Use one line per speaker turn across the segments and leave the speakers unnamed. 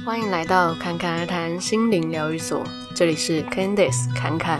欢迎来到侃侃而谈心灵疗愈所，这里是 Candice 侃侃。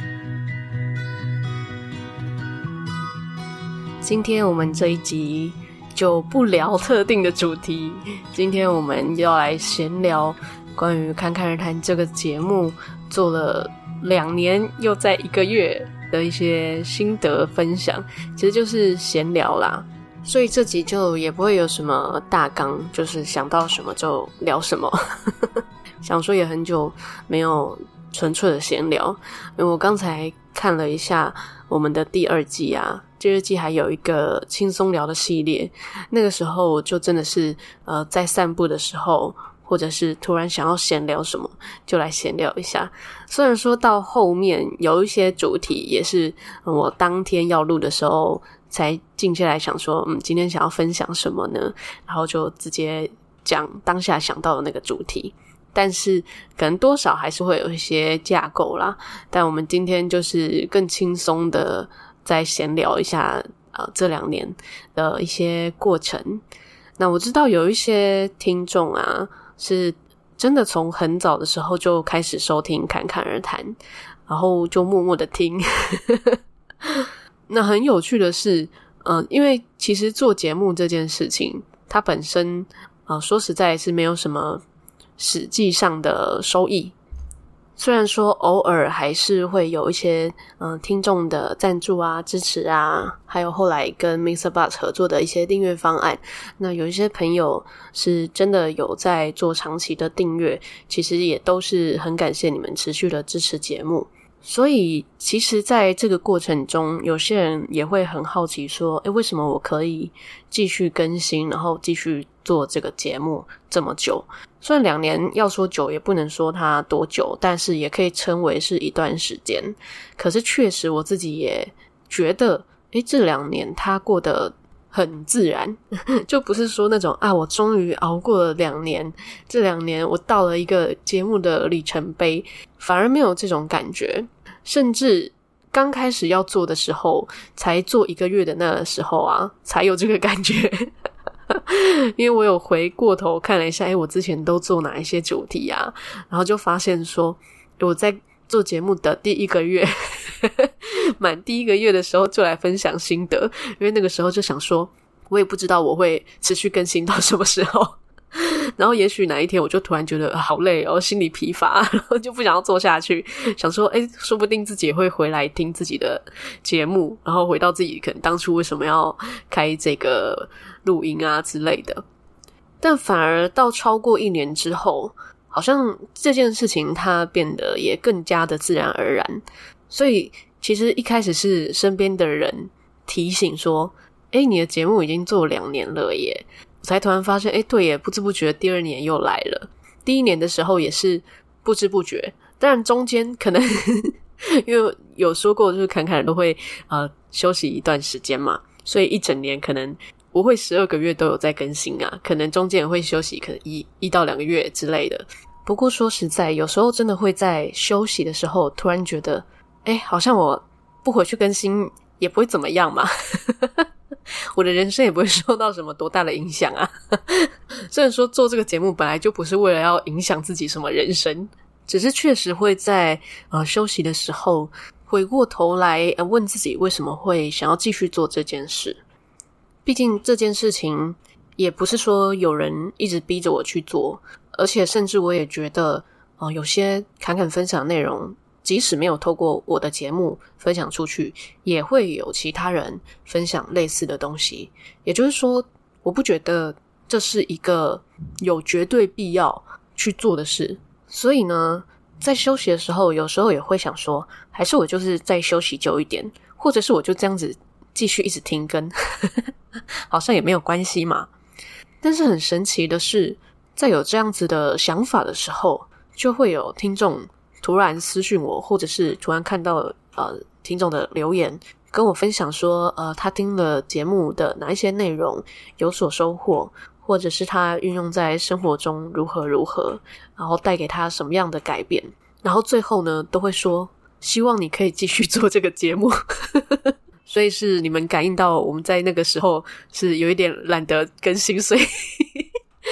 今天我们这一集就不聊特定的主题，今天我们要来闲聊关于侃侃而谈这个节目做了2年又在1个月的一些心得分享，其实就是闲聊啦，所以这集就也不会有什么大纲，就是想到什么就聊什么想说也很久没有纯粹的闲聊，因为我刚才看了一下我们的第2季啊，第2季还有一个轻松聊的系列，那个时候我就真的是在散步的时候，或者是突然想要闲聊什么就来闲聊一下。虽然说到后面有一些主题也是我当天要录的时候才静下来想说今天想要分享什么呢，然后就直接讲当下想到的那个主题，但是可能多少还是会有一些架构啦，但我们今天就是更轻松的再闲聊一下这2年的一些过程。那我知道有一些听众啊是真的从很早的时候就开始收听侃侃而谈，然后就默默的听那很有趣的是因为其实做节目这件事情它本身说实在是没有什么实际上的收益，虽然说偶尔还是会有一些听众的赞助啊支持啊，还有后来跟 MixerBox 合作的一些订阅方案，那有一些朋友是真的有在做长期的订阅，其实也都是很感谢你们持续的支持节目。所以其实在这个过程中有些人也会很好奇说为什么我可以继续更新，然后继续做这个节目这么久。虽然2年要说久也不能说它多久，但是也可以称为是一段时间。可是确实我自己也觉得这2年它过得很自然就不是说那种我终于熬过了2年，这2年我到了一个节目的里程碑，反而没有这种感觉。甚至刚开始要做的时候，才做1个月的那个时候啊，才有这个感觉因为我有回过头看了一下我之前都做哪一些主题啊，然后就发现说我在做节目的第1个月满第1个月的时候就来分享心得，因为那个时候就想说我也不知道我会持续更新到什么时候然后也许哪一天我就突然觉得好累心理疲乏，然后就不想要做下去，想说说不定自己也会回来听自己的节目，然后回到自己可能当初为什么要开这个录音啊之类的。但反而到超过1年之后，好像这件事情它变得也更加的自然而然。所以其实一开始是身边的人提醒说你的节目已经做2年了耶，我才突然发现对耶，不知不觉第2年又来了。第1年的时候也是不知不觉，当然中间可能因为有说过就是侃侃都会休息一段时间嘛，所以一整年可能不会12个月都有在更新啊，可能中间也会休息可能1到2个月之类的。不过说实在有时候真的会在休息的时候突然觉得好像我不回去更新也不会怎么样嘛我的人生也不会受到什么多大的影响啊虽然说做这个节目本来就不是为了要影响自己什么人生，只是确实会在休息的时候回过头来问自己为什么会想要继续做这件事。毕竟这件事情也不是说有人一直逼着我去做，而且甚至我也觉得有些侃侃分享的内容即使没有透过我的节目分享出去，也会有其他人分享类似的东西。也就是说我不觉得这是一个有绝对必要去做的事。所以呢在休息的时候有时候也会想说还是我就是再休息久一点，或者是我就这样子继续一直停更好像也没有关系嘛。但是很神奇的是在有这样子的想法的时候，就会有听众突然私讯我，或者是突然看到听众的留言跟我分享说他听了节目的哪一些内容有所收获，或者是他运用在生活中如何如何，然后带给他什么样的改变，然后最后呢都会说希望你可以继续做这个节目所以是你们感应到我们在那个时候是有一点懒得更新，所以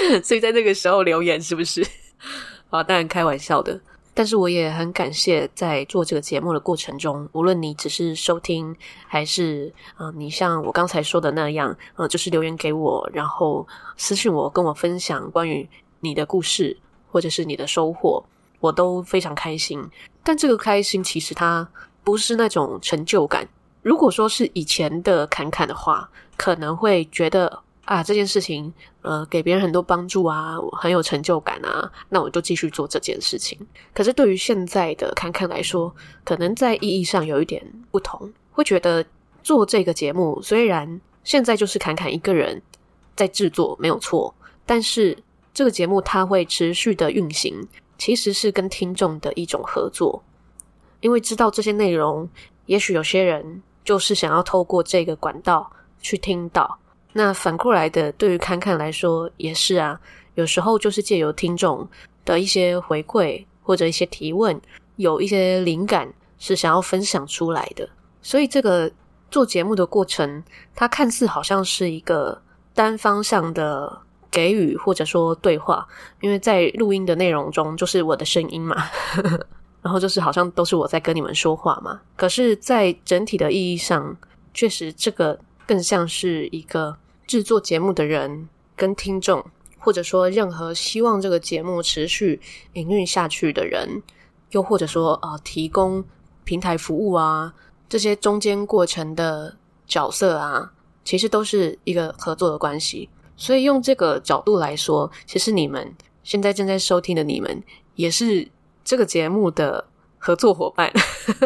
所以在那个时候留言是不是？啊，当然开玩笑的。但是我也很感谢在做这个节目的过程中，无论你只是收听还是你像我刚才说的那样就是留言给我，然后私讯我跟我分享关于你的故事或者是你的收获，我都非常开心。但这个开心其实它不是那种成就感。如果说是以前的侃侃的话，可能会觉得这件事情给别人很多帮助啊，很有成就感啊，那我就继续做这件事情。可是对于现在的侃侃来说，可能在意义上有一点不同，会觉得做这个节目虽然现在就是侃侃一个人在制作没有错，但是这个节目它会持续的运行，其实是跟听众的一种合作。因为知道这些内容，也许有些人就是想要透过这个管道去听到，那反过来的对于侃侃来说也是啊，有时候就是借由听众的一些回馈或者一些提问，有一些灵感是想要分享出来的。所以这个做节目的过程，它看似好像是一个单方向的给予或者说对话，因为在录音的内容中就是我的声音嘛然后就是好像都是我在跟你们说话嘛。可是在整体的意义上，确实这个更像是一个制作节目的人跟听众，或者说任何希望这个节目持续营运下去的人，又或者说提供平台服务啊，这些中间过程的角色啊，其实都是一个合作的关系。所以用这个角度来说，其实你们现在正在收听的你们也是这个节目的合作伙伴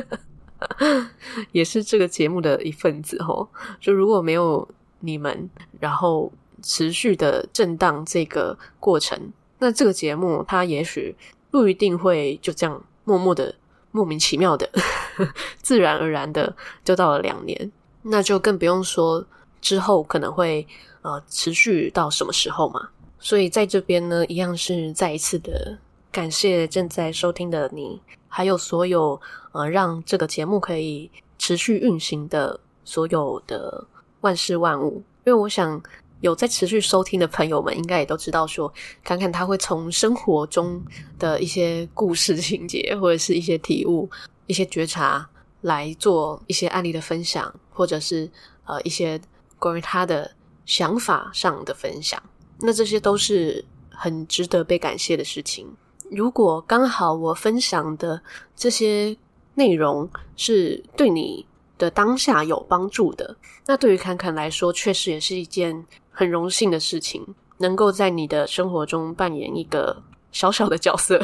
也是这个节目的一份子就如果没有你们，然后持续的震荡这个过程，那这个节目它也许不一定会就这样默默的莫名其妙的自然而然的就到了2年，那就更不用说之后可能会持续到什么时候嘛。所以在这边呢，一样是再一次的感谢正在收听的你，还有所有让这个节目可以持续运行的所有的万事万物。因为我想有在持续收听的朋友们应该也都知道说，侃侃他会从生活中的一些故事情节或者是一些体悟一些觉察来做一些案例的分享，或者是一些关于他的想法上的分享，那这些都是很值得被感谢的事情。如果刚好我分享的这些内容是对你的当下有帮助的，那对于侃侃来说确实也是一件很荣幸的事情，能够在你的生活中扮演一个小小的角色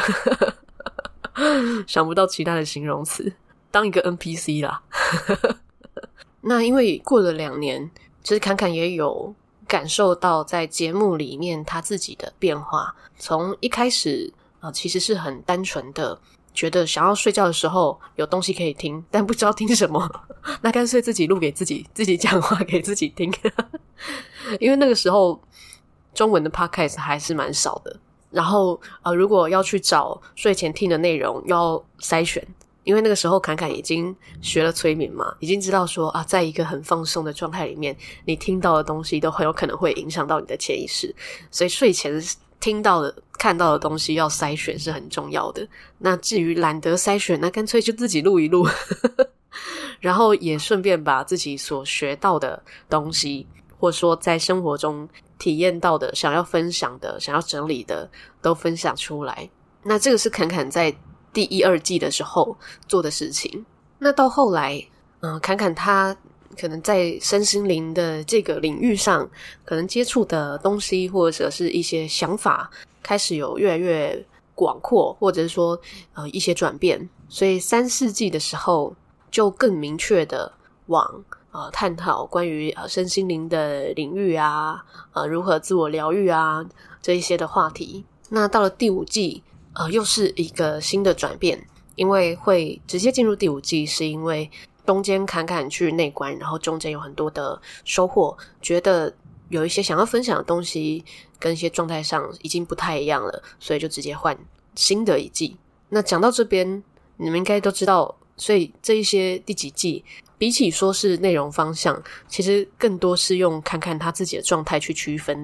想不到其他的形容词，当一个 NPC 啦那因为过了2年，其实侃侃也有感受到在节目里面他自己的变化。从一开始其实是很单纯的觉得想要睡觉的时候有东西可以听，但不知道听什么那干脆自己录给自己讲话给自己听因为那个时候中文的 podcast 还是蛮少的，然后如果要去找睡前听的内容要筛选，因为那个时候侃侃已经学了催眠嘛，已经知道说在一个很放松的状态里面，你听到的东西都很有可能会影响到你的潜意识，所以睡前听到的看到的东西要筛选是很重要的。那至于懒得筛选，那干脆就自己录一录然后也顺便把自己所学到的东西，或者说在生活中体验到的想要分享的想要整理的都分享出来。那这个是侃侃在第1、2季的时候做的事情。那到后来侃侃他可能在身心灵的这个领域上可能接触的东西或者是一些想法开始有越来越广阔，或者是说一些转变，所以3、4季的时候就更明确的往探讨关于身心灵的领域啊如何自我疗愈啊这一些的话题。那到了第5季又是一个新的转变，因为会直接进入第5季是因为中间侃侃去内观，然后中间有很多的收获，觉得有一些想要分享的东西跟一些状态上已经不太一样了，所以就直接换新的一季。那讲到这边你们应该都知道，所以这一些第几季比起说是内容方向，其实更多是用侃侃他自己的状态去区分的。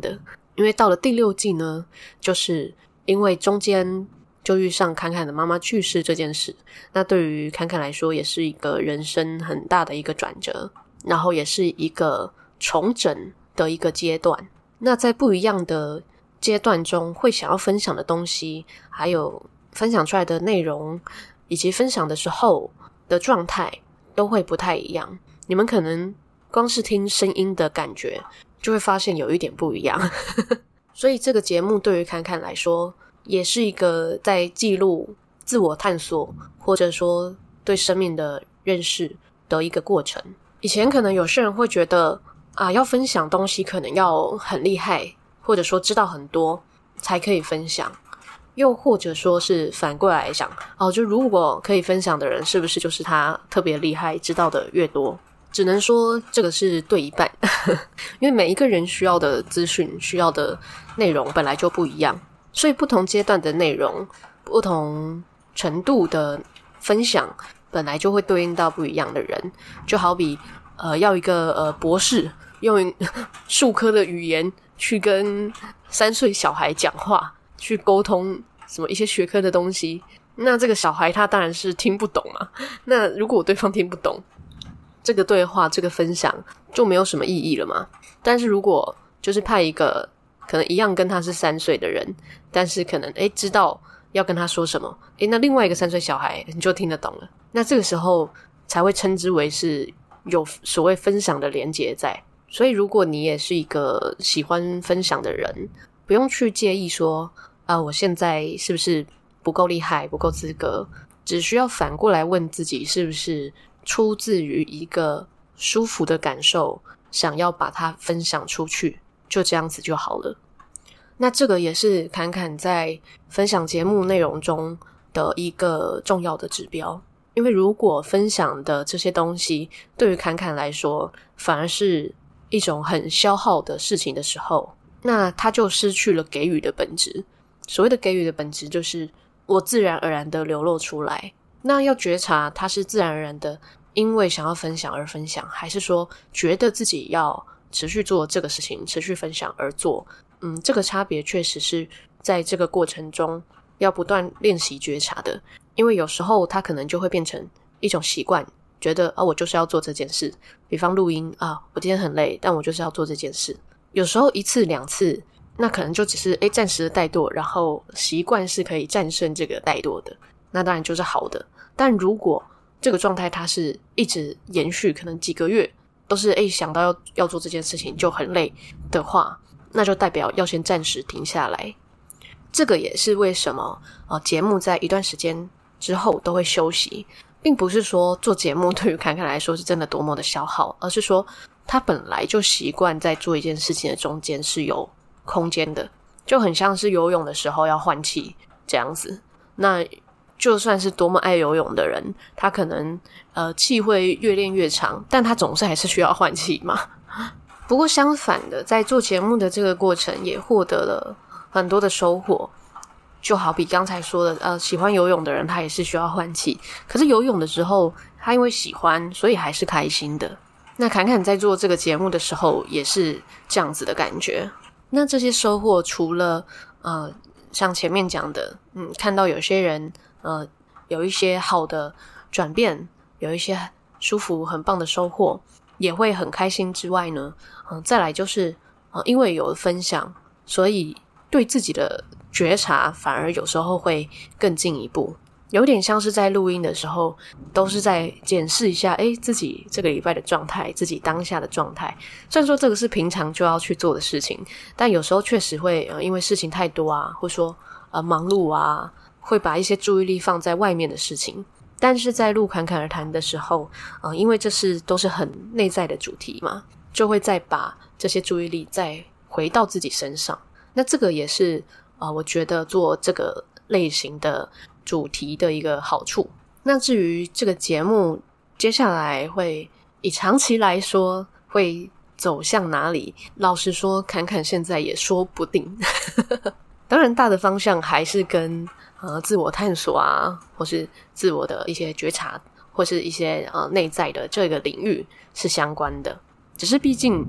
因为到了第6季呢，就是因为中间就遇上侃侃的妈妈去世这件事，那对于侃侃来说也是一个人生很大的一个转折，然后也是一个重整的一个阶段。那在不一样的阶段中会想要分享的东西，还有分享出来的内容，以及分享的时候的状态都会不太一样。你们可能光是听声音的感觉就会发现有一点不一样所以这个节目对于侃侃来说也是一个在记录自我探索，或者说对生命的认识的一个过程。以前可能有些人会觉得要分享东西可能要很厉害，或者说知道很多才可以分享，又或者说是反过来想就如果可以分享的人是不是就是他特别厉害，知道的越多。只能说这个是对一半因为每一个人需要的资讯，需要的内容本来就不一样，所以不同阶段的内容，不同程度的分享本来就会对应到不一样的人。就好比要一个博士用术科的语言去跟3岁小孩讲话，去沟通什么一些学科的东西，那这个小孩他当然是听不懂嘛。那如果对方听不懂，这个对话这个分享就没有什么意义了嘛。但是如果就是派一个可能一样跟他是3岁的人，但是可能知道要跟他说什么，那另外一个3岁小孩你就听得懂了，那这个时候才会称之为是有所谓分享的连结在。所以如果你也是一个喜欢分享的人，不用去介意说我现在是不是不够厉害，不够资格，只需要反过来问自己是不是出自于一个舒服的感受，想要把它分享出去，就这样子就好了。那这个也是侃侃在分享节目内容中的一个重要的指标。因为如果分享的这些东西对于侃侃来说反而是一种很消耗的事情的时候，那他就失去了给予的本质。所谓的给予的本质就是我自然而然的流露出来。那要觉察它是自然而然的因为想要分享而分享，还是说觉得自己要持续做这个事情，持续分享而做。这个差别确实是在这个过程中要不断练习觉察的。因为有时候它可能就会变成一种习惯，觉得我就是要做这件事。比方录音我今天很累，但我就是要做这件事。有时候1次2次那可能就只是暂时的怠惰，然后习惯是可以战胜这个怠惰的，那当然就是好的。但如果这个状态它是一直延续，可能几个月都是想到要做这件事情就很累的话，那就代表要先暂时停下来。这个也是为什么节目在一段时间之后都会休息，并不是说做节目对于侃侃来说是真的多么的消耗，而是说他本来就习惯在做一件事情的中间是有空间的，就很像是游泳的时候要换气这样子。那就算是多么爱游泳的人，他可能气会越练越长，但他总是还是需要换气嘛。不过相反的，在做节目的这个过程也获得了很多的收获。就好比刚才说的喜欢游泳的人他也是需要换气，可是游泳的时候他因为喜欢所以还是开心的。那侃侃在做这个节目的时候也是这样子的感觉。那这些收获除了像前面讲的看到有些人有一些好的转变，有一些舒服很棒的收获，也会很开心之外呢再来就是因为有分享，所以对自己的觉察反而有时候会更进一步。有点像是在录音的时候都是在检视一下自己这个礼拜的状态，自己当下的状态。虽然说这个是平常就要去做的事情，但有时候确实会因为事情太多或者说忙碌会把一些注意力放在外面的事情。但是在录侃侃而谈的时候因为这都是很内在的主题嘛，就会再把这些注意力再回到自己身上。那这个也是我觉得做这个类型的主题的一个好处。那至于这个节目接下来会以长期来说会走向哪里，老实说侃侃现在也说不定当然大的方向还是跟自我探索或是自我的一些觉察，或是一些内在的这个领域是相关的。只是毕竟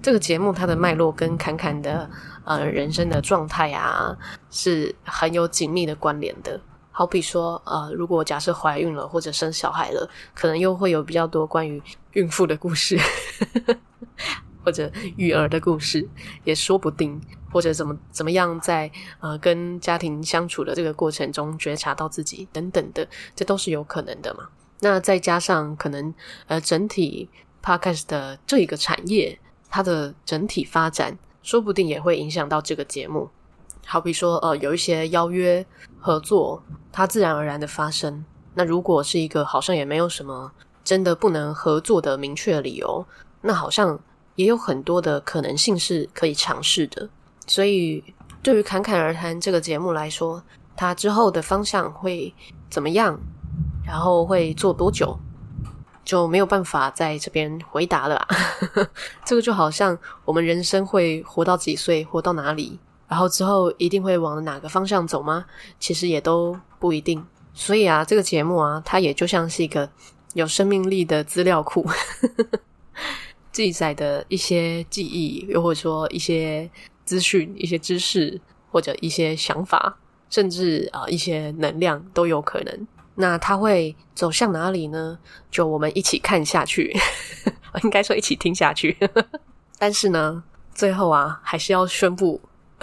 这个节目它的脉络跟侃侃的人生的状态啊是很有紧密的关联的。好比说如果假设怀孕了或者生小孩了，可能又会有比较多关于孕妇的故事或者育儿的故事也说不定，或者怎么样在跟家庭相处的这个过程中觉察到自己等等的，这都是有可能的嘛。那再加上可能整体 Podcast 的这一个产业它的整体发展说不定也会影响到这个节目。好比说有一些邀约合作它自然而然的发生，那如果是一个好像也没有什么真的不能合作的明确理由，那好像也有很多的可能性是可以尝试的。所以对于侃侃而谈这个节目来说，它之后的方向会怎么样，然后会做多久，就没有办法在这边回答了这个就好像我们人生会活到几岁，活到哪里，然后之后一定会往哪个方向走吗？其实也都不一定。所以这个节目它也就像是一个有生命力的资料库记载的一些记忆，又或者说一些资讯、一些知识，或者一些想法，甚至一些能量都有可能。那它会走向哪里呢？就我们一起看下去应该说一起听下去但是呢最后还是要宣布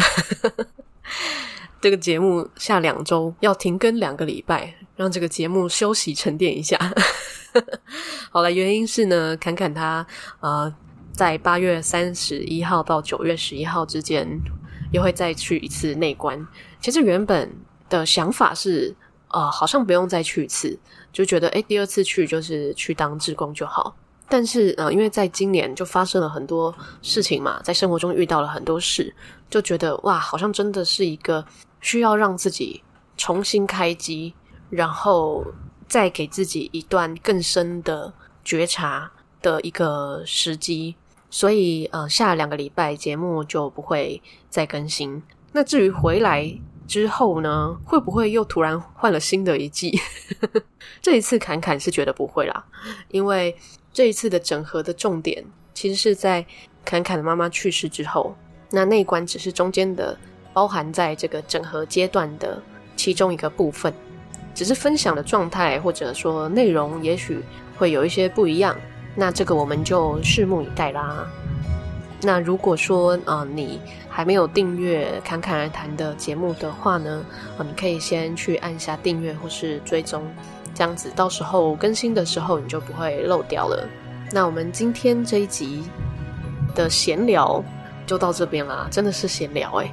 这个节目下2周要停更2个礼拜，让这个节目休息沉淀一下好了，原因是呢侃侃他在8月31号到9月11号之间又会再去一次内观。其实原本的想法是好像不用再去一次，就觉得第2次去就是去当志工就好。但是因为在今年就发生了很多事情嘛，在生活中遇到了很多事，就觉得哇，好像真的是一个需要让自己重新开机，然后再给自己一段更深的觉察的一个时机。所以下2个礼拜节目就不会再更新。那至于回来之后呢，会不会又突然换了新的一季这一次侃侃是觉得不会啦，因为这一次的整合的重点其实是在侃侃的妈妈去世之后，那内观只是中间的包含在这个整合阶段的其中一个部分，只是分享的状态或者说内容也许会有一些不一样，那这个我们就拭目以待啦。那如果说你还没有订阅侃侃而谈的节目的话呢你可以先去按下订阅或是追踪，这样子到时候更新的时候你就不会漏掉了。那我们今天这一集的闲聊就到这边啦，真的是闲聊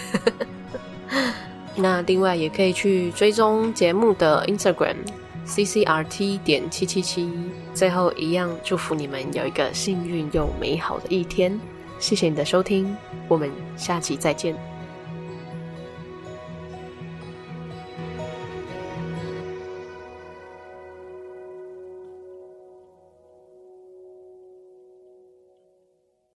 那另外也可以去追踪节目的 Instagram ccrt.777。 最后一样祝福你们有一个幸运又美好的一天，谢谢你的收听，我们下期再见。